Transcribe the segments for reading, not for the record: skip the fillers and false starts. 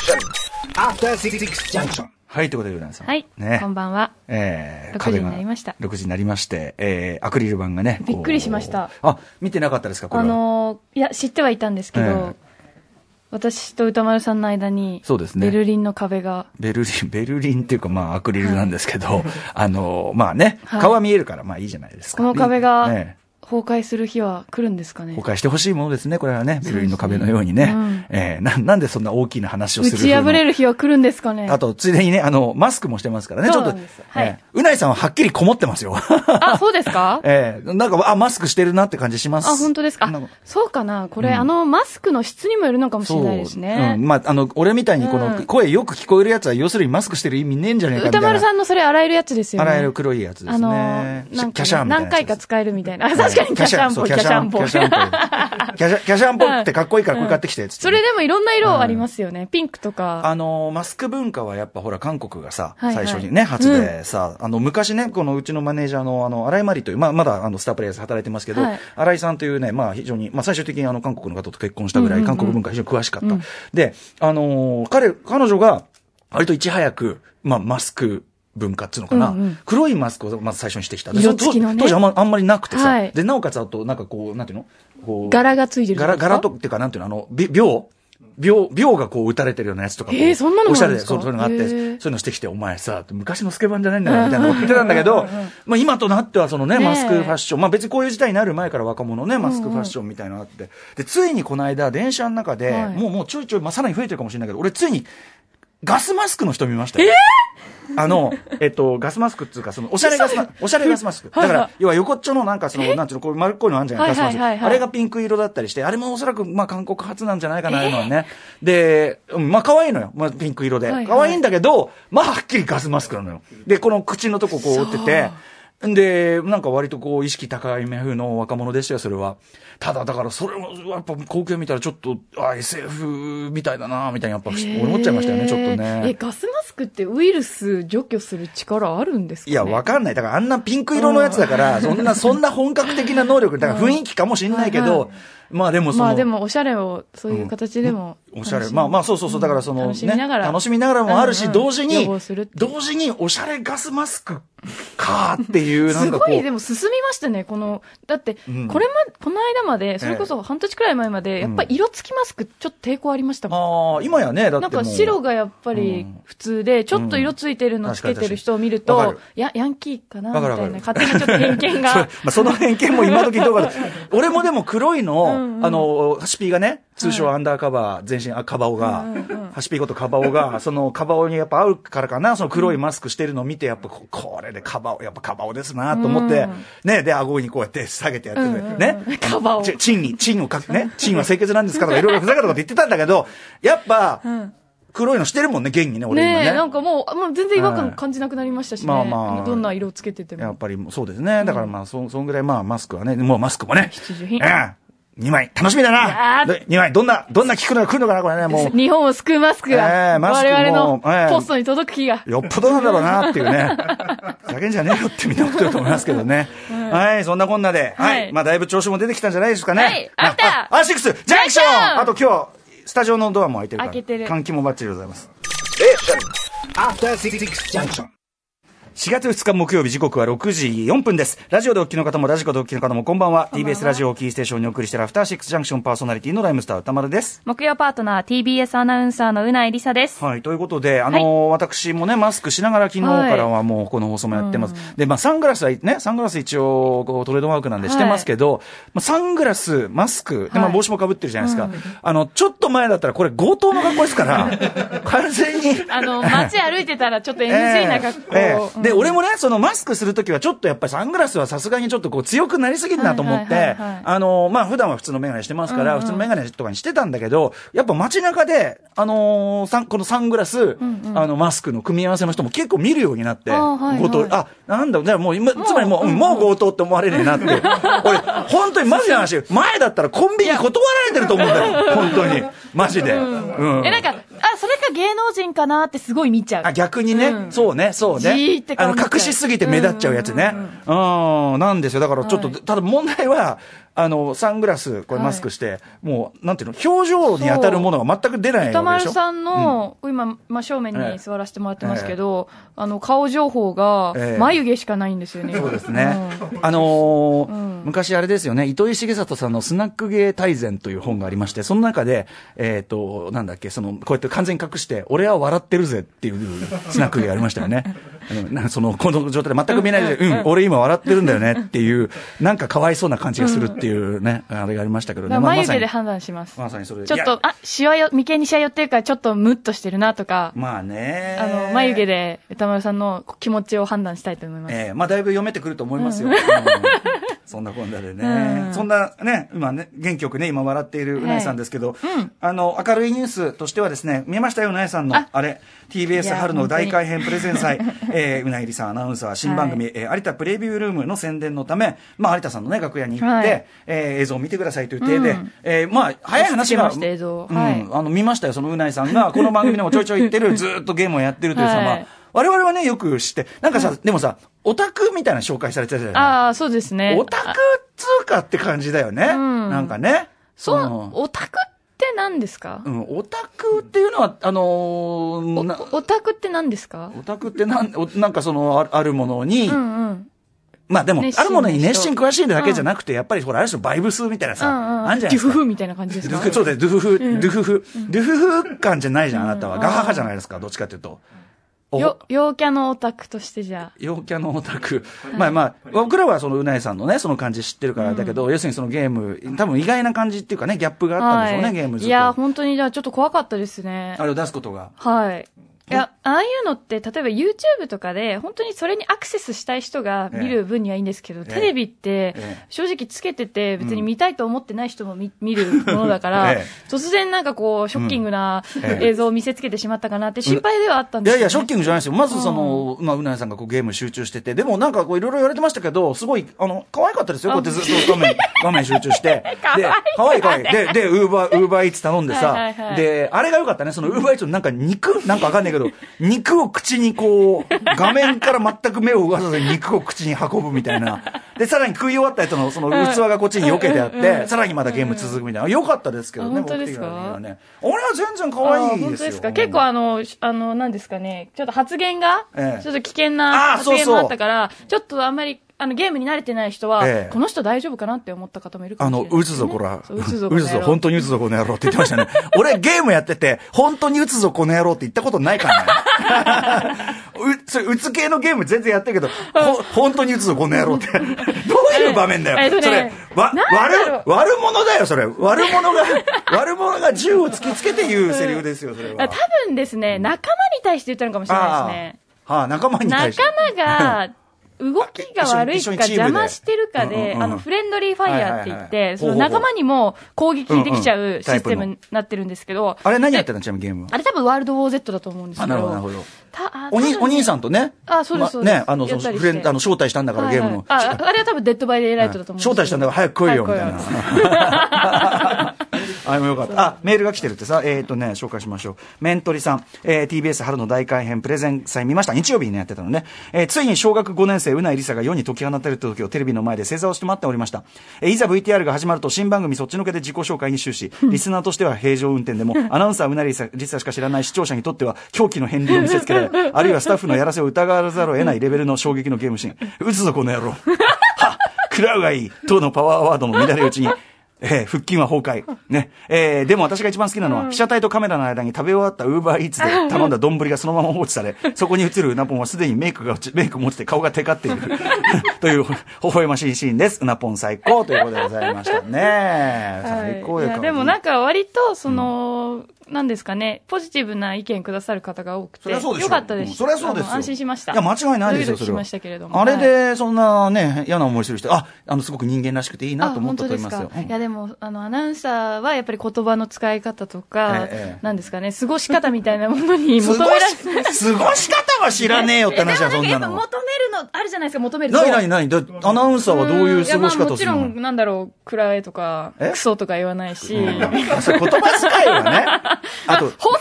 After 66 junction。 はい、ということで、うなぎさん。 はい。ね、こんばんは。 6 時になりました。 6時になりまして、アクリル板がね。 びっくりしました。 あ、見てなかったですか、これは。 いや、知ってはいたんですけど、私と歌丸さんの間に、そうですね。ベルリンの壁が。ベルリンっていうか、まあ、アクリルなんですけど、まあね、顔は見えるから、まあいいじゃないですか。 この壁が、崩壊する日は来るんですかね。 崩壊してほしいものですね、これはね。ベルリンの壁のようにね。なんでそんな大きな話をする打ち破れる日は来るんですかね。 あと、ついでにね、マスクもしてますからね、ちょっと。はい。うないさんははっきりこもってますよ。 あ、そうですかなんか、マスクしてるなって感じします。 あ、本当ですか。そうかな。これ、マスクの質にもよるのかもしれないですね。 まあ、俺みたいにこの、声よく聞こえるやつは、要するにマスクしてる意味ねえんじゃねえかみたいな。 歌丸さんのそれ洗えるやつですよね。 洗える黒いやつですね。 キャシャンみたいな。何回か使えるみたいな。確かにキャシャンポ。キャシャンポってかっこいいからこれ買ってきて、つって。それでもいろんな色ありますよね。ピンクとか。 マスク文化はやっぱほら、韓国がさ、最初にね、初でさ、昔ね、このうちのマネージャーの荒井まりという、まだスタープレイヤーで働いてますけど、荒井さんというね、まあ非常に、まあ最終的に韓国の方と結婚したぐらい、韓国文化非常に詳しかった。で、彼女が、割といち早く、まあマスク、文化っていうのかな、黒いマスクをまず最初にしてきた。 色付きのね。 当時あんまりなくてさ。で、なおかつあと、なんかこう、なんていうのこう。 柄がついてる。 柄と、っていうか、なんていうの秒がこう打たれてるようなやつとか。 そんなのおしゃれで、そういうのがあって、そういうのしてきて、お前さ、昔のスケバンじゃないんだよ、みたいなこと言ってたんだけど、まあ今となってはそのね、マスクファッション、まあ別にこういう時代になる前から若者ね、マスクファッションみたいなのがあって、で、ついにこの間、電車の中で、もうちょいちょい、まあさらに増えてるかもしれないけど、俺ついに、ガスマスクの人見ましたよ。ガスマスクっていうか、おしゃれガスマスク。だから、要は横っちょのなんかなんていうの、こう丸っこいのあるんじゃないガスマスク。あれがピンク色だったりして、あれもおそらく、まあ韓国発なんじゃないかな、今はね。で、まあ可愛いのよ。まあピンク色で。可愛いんだけど、まあはっきりガスマスクなのよ。で、この口のとここう打ってて、で、なんか割とこう意識高いめ風の若者でしたよ、それは。ただ、だからそれも、やっぱ光景見たらちょっと、SF みたいだなみたいにやっぱ思っちゃいましたよね、ちょっとね。 ガスマスクってウイルス除去する力あるんですかね。 いや、わかんない。だからあんなピンク色のやつだから、そんな本格的な能力、だから雰囲気かもしんないけど、まあでもおしゃれを、そういう形でも。 おしゃれ。まあそう、だから楽しみながらもあるし、同時におしゃれガスマスクかっていう、なんかこう。 すごい、でも進みましたね、だって、この間まで、それこそ半年くらい前まで、やっぱり色付きマスクちょっと抵抗ありましたもん。今やね、だってなんか白がやっぱり普通で、ちょっと色ついてるのつけてる人を見ると、ヤンキーかなみたいな、勝手なちょっと偏見が。 その偏見も今時どうか。俺もでも黒いの、ハシピーがね、通称アンダーカバー、全身、カバオが、ハシピーことカバオが、そのカバオにやっぱ合うからかな、その黒いマスクしてるのを見て、やっぱこれでやっぱカバオですなと思って、ね、で、顎にこうやって下げてやってるね。 カバオ。 チンをね、チンは清潔なんですかとかいろいろふざけたこと言ってたんだけど、やっぱ、黒いのしてるもんね、現にね、俺今ね。 なんかもう全然違和感感じなくなりましたしね。どんな色つけてても。 やっぱりそうですね。だからまあ、そんぐらいまあ、マスクはね、もうマスクもね。 必需品。 2枚。楽しみだな。2枚。どんな聞くのが来るのかな、これね、もう。 日本を救うマスクが。我々のポストに届く日が。 よっぽどなんだろうな、っていうね。叫んじゃねえよってみんな思ってると思いますけどね。はい、そんなこんなで。はい。まあ、だいぶ調子も出てきたんじゃないですかね。はい、 あったアーシックスジャンクションあと今日、スタジオのドアも開いてるから。 開けてる。 換気もバッチリでございます。 アフター66ジャンクション。 4月2日木曜日時刻は6時4分です。ラジオでお聞きの方もラジコでお聞きの方もこんばんは。TBS ラジオをキーステーションにお送りしているアフターシックスジャンクションパーソナリティのライムスター歌丸です。 木曜パートナー TBS アナウンサーのうないりさです。 はい、ということで、私もね、マスクしながら昨日からはもうこの放送もやってます。で、まあサングラス一応トレードマークなんでしてますけど、まあサングラス、マスク、で、まあ帽子も被ってるじゃないですか。ちょっと前だったらこれ強盗の格好ですから、完全に。 街歩いてたらちょっと NG な格好。 で、俺もね、マスクするときはちょっとやっぱりサングラスはさすがにちょっとこう強くなりすぎるなと思って、まあ普段は普通のメガネしてますから、普通のメガネとかにしてたんだけど、やっぱ街中で、このサングラス、マスクの組み合わせの人も結構見るようになって、強盗、なんだろう、じゃあもうつまりもう強盗って思われねえなって。俺、本当にマジな話、前だったらコンビニ断られてると思うんだよ。本当に。マジで。 なんか、それか芸能人かなってすごい見ちゃう。 逆にね、そうね。 じーって隠しすぎて目立っちゃうやつね。なんですよ。だからちょっと、ただ問題は、 サングラス、これマスクして、もう、なんていうの、表情に当たるものが全く出ないわけでしょ。 歌丸さんの、今、真正面に座らせてもらってますけど、顔情報が、眉毛しかないんですよね。 そうですね。昔あれですよね、糸井重里さんのスナック芸大全という本がありまして、その中で、なんだっけ、こうやって完全に隠して、俺は笑ってるぜっていうスナック芸がありましたよね。この状態で全く見えないで、俺今笑ってるんだよねっていう、なんかかわいそうな感じがするっていうね、あれがありましたけどね。 眉毛で判断します。 まさにそれ。 ちょっと、眉間にシワ寄ってるからちょっとムッとしてるなとか。 まあね。 眉毛で歌丸さんの気持ちを判断したいと思います。 まあだいぶ読めてくると思いますよ。そんなこんなでね。そんなね、今ね、元気よくね、今笑っているうなえさんですけど、明るいニュースとしてはですね、見ましたよ、うなえさんの、TBS 春の大改編プレゼン祭、うなえりさんアナウンサー、新番組、有田プレビュールームの宣伝のため、有田さんのね、楽屋に行って、映像を見てくださいという体で、早い話が、見ましたよ、そのうなえさんが、この番組でもちょいちょい言ってる、ずっとゲームをやってるというさ、我々はね、よく知って、なんかさ、でもさ、オタクみたいな紹介されてたじゃない。 ああ、そうですね。 オタクつうかって感じだよね。なんかね。 そう、オタクって何ですか？ オタクっていうのは、 オタクって何ですか？ オタクってなんかあるものに、まあでも、あるものに熱心詳しいだけじゃなくて、やっぱりほら、ある種バイブスみたいなさ、あんじゃないですか。 ドゥフフみたいな感じですか？ そうだよ、ドゥフフ。ドゥフフ感じゃないじゃん、あなたは。ガハハじゃないですか、どっちかっていうと。 陽キャのオタクとしてじゃあ。 陽キャのオタク。まあ、僕らはそのうなえさんのね、その感じ知ってるからだけど、要するにそのゲーム、多分意外な感じっていうかね、ギャップがあったんでしょうね、ゲームずっと。 いや、本当にじゃあちょっと怖かったですね。 あれを出すことが。 はい。いや、ああいうのって、例えば YouTube とかで、本当にそれにアクセスしたい人が見る分にはいいんですけど、テレビって、正直つけてて、別に見たいと思ってない人も見るものだから、突然なんかこう、ショッキングな映像を見せつけてしまったかなって心配ではあったんですよ、ね。 いやいや、ショッキングじゃないですよ。まずうなえさんがこうゲーム集中してて、でもなんかこういろいろ言われてましたけど、すごい、可愛かったですよ。こうやってずっと画面集中して。で、可愛い。で、ウーバーイーツ頼んでさ、で、あれが良かったね。そのウーバーイーツのなんかなんかわかんないけど、肉を口にこう、画面から全く目を動かさずに肉を口に運ぶみたいな。で、さらに食い終わったやつのその器がこっちに避けてあって、さらにまたゲーム続くみたいな。良かったですけどね、 本当ですか？ ね。俺は全然可愛いですよ。 本当ですか？結構何ですかね、ちょっと発言が、ちょっと危険な発言もあったから、ちょっとあんまり、ゲームに慣れてない人は、この人大丈夫かなって思った方もいるかもしれない、ね。 撃つぞ、こら。 撃つぞ、 本当に撃つぞ、この野郎って言ってましたね。俺、ゲームやってて、本当に撃つぞ、この野郎って言ったことないからね。それ、撃つ系のゲーム全然やってるけど、本当に撃つぞ、この野郎って。どういう場面だよ。それ、悪者だよ、それ。悪者が銃を突きつけて言うセリフですよ、それは。 多分ですね、仲間に対して言ったのかもしれないですね。 仲間に対して。 仲間が、動きが悪いか邪魔してるかで、フレンドリーファイヤーって言って、その仲間にも攻撃できちゃうシステムになってるんですけど。 あれ何やってたのちなみにゲーム？ あれ多分ワールドウォー Z だと思うんですけど。 なるほど。お兄さんとね。 そうです。 ね、招待したんだからゲームの。 あれは多分デッドバイデイライトだと思うんですけど。 招待したんだから早く来いよ、みたいな。あれもよかった。メールが来てるってさ、紹介しましょう。メントリさん、TBS 春の大改編プレゼン祭見ました。日曜日にやってたのね。ついに小学5年生、うないりさが世に解き放たれた時をテレビの前で正座をして待っておりました。いざ VTR が始まると新番組そっちのけで自己紹介に終始。リスナーとしては平常運転でも、アナウンサーうないりさしか知らない視聴者にとっては狂気の片鱗を見せつけられ、あるいはスタッフのやらせを疑わざるを得ないレベルの衝撃のゲームシーン。撃つぞこの野郎。は食らうがいい。等のパワーワードの乱れ打ちに。腹筋は崩壊。ね。でも私が一番好きなのは、被写体とカメラの間に食べ終わったウーバーイーツで頼んだ丼がそのまま放置され、そこに映るうなぽんはすでにメイクも落ちて顔がテカっている。という、微笑ましいシーンです。うなぽん最高ということでございましたね。最高よ。 でもなんか割と、なんですかね、ポジティブな意見くださる方が多くて、よかったです。 それはそうですよ。 安心しました。 いや、間違いないですよ、それは。あれで、そんなね、嫌な思いする人、すごく人間らしくていいなと思ったと思いますよ。 いや、でも、アナウンサーはやっぱり言葉の使い方とか、なんですかね、過ごし方みたいなものに求められて。 過ごし方は知らねえよって話はそんなの。 求めるの、あるじゃないですか、求めるの。 何アナウンサーはどういう過ごし方をするの？ もちろん、なんだろう、暗いとか、クソとか言わないし。 言葉遣いはね。 放送では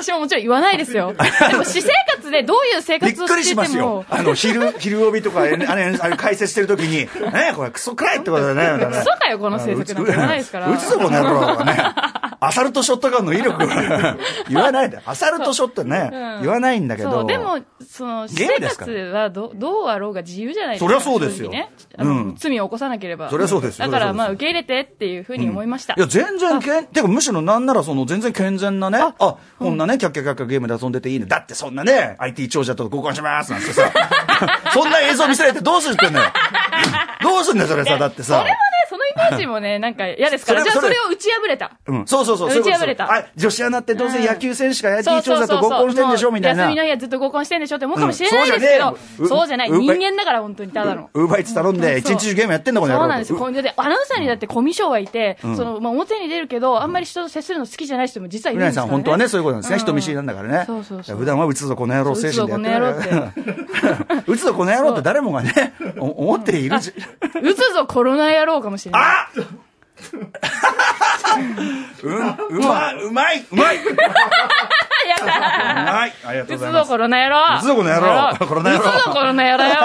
私ももちろん言わないですよ。でも私生活でどういう生活をしてても。 びっくりしますよ。昼帯とか、あれ解説してるときに、これクソくらいってことだね。 クソかよ、この制作なんて言わないですから。 打つぞ、この野郎とかね。アサルトショットガンの威力言わないで。アサルトショットね、言わないんだけど。 そう、でも、私生活はどうあろうが自由じゃないですか。 そりゃそうですよ。 罪を起こさなければ。 そりゃそうですよ。 だからまあ受け入れてっていうふうに思いました。 いや、全然てかむしろなんなら全然健全なね、こんなね、キャッキャキャッキャゲームで遊んでていいね。だってそんなね、IT 長者と合コンしますなんてさ、そんな映像見せられてどうするってんのよ。どうすんだよ、それさ、だってさ。 それもね、そのイメージもね、なんか嫌ですから、じゃあそれを打ち破れた。 そう。 打ち破れた。 女子アナってどうせ野球選手か IT 長者と合コンしてんでしょみたいな。 休みの日はずっと合コンしてんでしょって思うかもしれないですけど、そうじゃない。人間だから本当にただの。 ウーバーイーツ頼んで一日中ゲームやってんだこの野郎。 そうなんですよ。で、アナウンサーにだってコミュ障はいて、表に出るけど、あんまり人と接するの好きじゃない人も実はいるんですからね。 本当はね、そういうことなんですね。人見知りなんだからね。普段は打つぞこの野郎精神でやってる。打つぞこの野郎って誰もがね、思っている。 打つぞコロナ野郎かもしれない。 うまいやったー。 うまい。ありがとうございます。 打つぞコロナ野郎。 打つぞこの野郎。コロナ野郎。 打つぞコロナ野郎よ。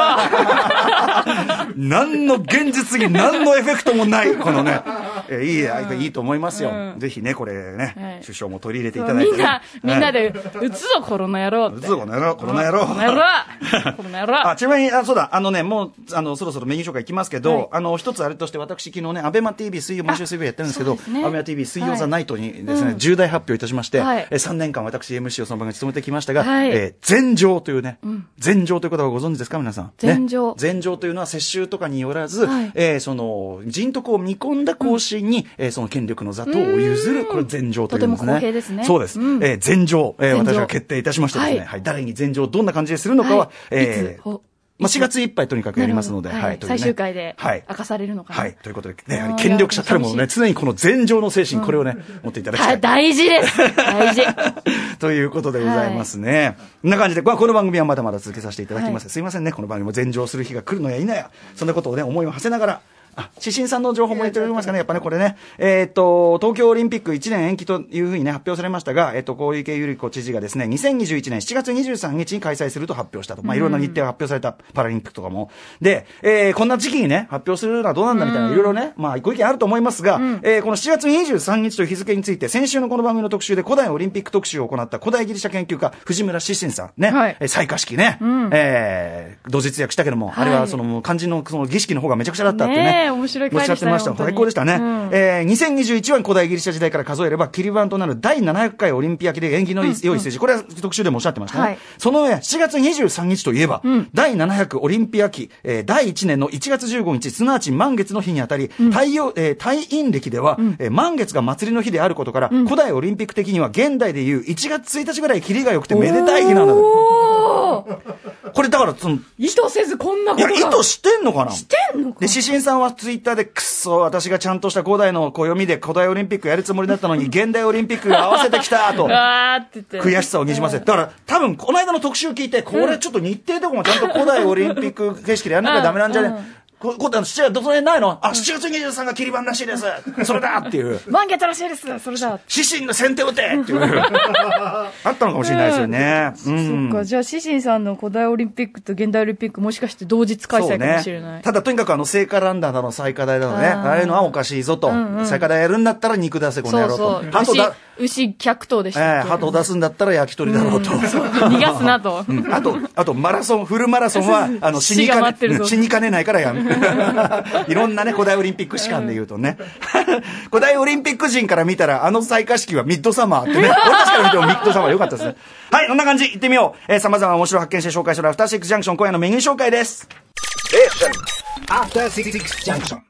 何の現実に何のエフェクトもないこのね、いいと思いますよ。ぜひねこれね、首相も取り入れていただいて。 みんなで打つぞコロナ野郎。 打つぞコロナ野郎。コロナ野郎。 コロナ野郎。 ちなみにそうだもうそろそろメニュー紹介いきますけど、一つあれとして私昨日ねアベマ TV 毎週水曜やってるんですけど、アベマ TV 水曜ザナイトにですね重大発表いたしまして、3年間私 MC をその番組に務めてきましたが、前場というね、前場ということはご存知ですか皆さん。 前場というのは世襲とかによらず、人徳を見込んだ後進に、その権力の座等を譲る、これ前場というんですね。 とても公平ですね。 そうです。前場、私が決定いたしましてですね、誰に前場どんな感じでするのかは、4月いっぱいとにかくやりますので、 最終回で明かされるのかな。 ということで、ね、権力者たるものね、常にこの前場の精神、これをね、持っていただきたい。 大事です。大事。 ということでございますね。こんな感じで、この番組はまだまだ続けさせていただきます。すいませんね、この番組も前場する日が来るのや否や、そんなことをね、思いを馳せながら、指針さんの情報も入れておりますかね、やっぱね、これね、東京オリンピック1年延期というふうにね、発表されましたが、小池百合子知事がですね、2021年7月23日に開催すると発表したと。いろんな日程が発表されたパラリンピックとかも。で、こんな時期にね、発表するのはどうなんだみたいな、いろいろね、ご意見あると思いますが、この7月23日という日付について、先週のこの番組の特集で古代オリンピック特集を行った古代ギリシャ研究家、藤村志信さんね、採火式ね、同日訳したけども、あれはその肝心のその儀式の方がめちゃくちゃだったってね。 面白い回でした。 最高でしたね。2021は古代ギリシャ時代から数えれば切り板となる第700回オリンピア期で縁起の良い数字。これは特集でもおっしゃってましたね。その上、7月23日といえば、第700オリンピア期、第1年の1月15日、すなわち満月の日にあたり、太陰暦では、満月が祭りの日であることから、古代オリンピック的には現代でいう1月1日ぐらい切りが良くてめでたい日なんだ。これだから意図せずこんなことが。 意図してんのかな。 してんのか。 で、指針さんはツイッターで私がちゃんとした古代の暦で古代オリンピックやるつもりだったのに現代オリンピックが合わせてきたと悔しさをにじませて、だから多分この間の特集聞いてこれちょっと日程とかもちゃんと古代オリンピック形式でやんなきゃダメなんじゃね7月どの辺ないの？7月23が切り板らしいです。それだっていう。 満月らしいです。それだ。 指針の先手打てっていう。あったのかもしれないですよね。 そっか。じゃあ、指針さんの古代オリンピックと現代オリンピックもしかして同日開催かもしれない。 ただとにかく聖火ランダーだの、最下台だのね。ああいうのはおかしいぞと。最下台やるんだったら肉出せ、この野郎と。 牛100頭でした。 鳩出すんだったら焼き鳥だろうと。 逃がすなと。 あとマラソン、フルマラソンは、死にかねないからやめ。いろんなね、古代オリンピック史観で言うとね。古代オリンピック人から見たら、採火式はミッドサマーってね。俺たちから見てもミッドサマー良かったですね。はい、こんな感じ、行ってみよう。様々な面白発見して紹介するアフターシックスジャンクション、今夜のメニュー紹介です。 After 66 junction.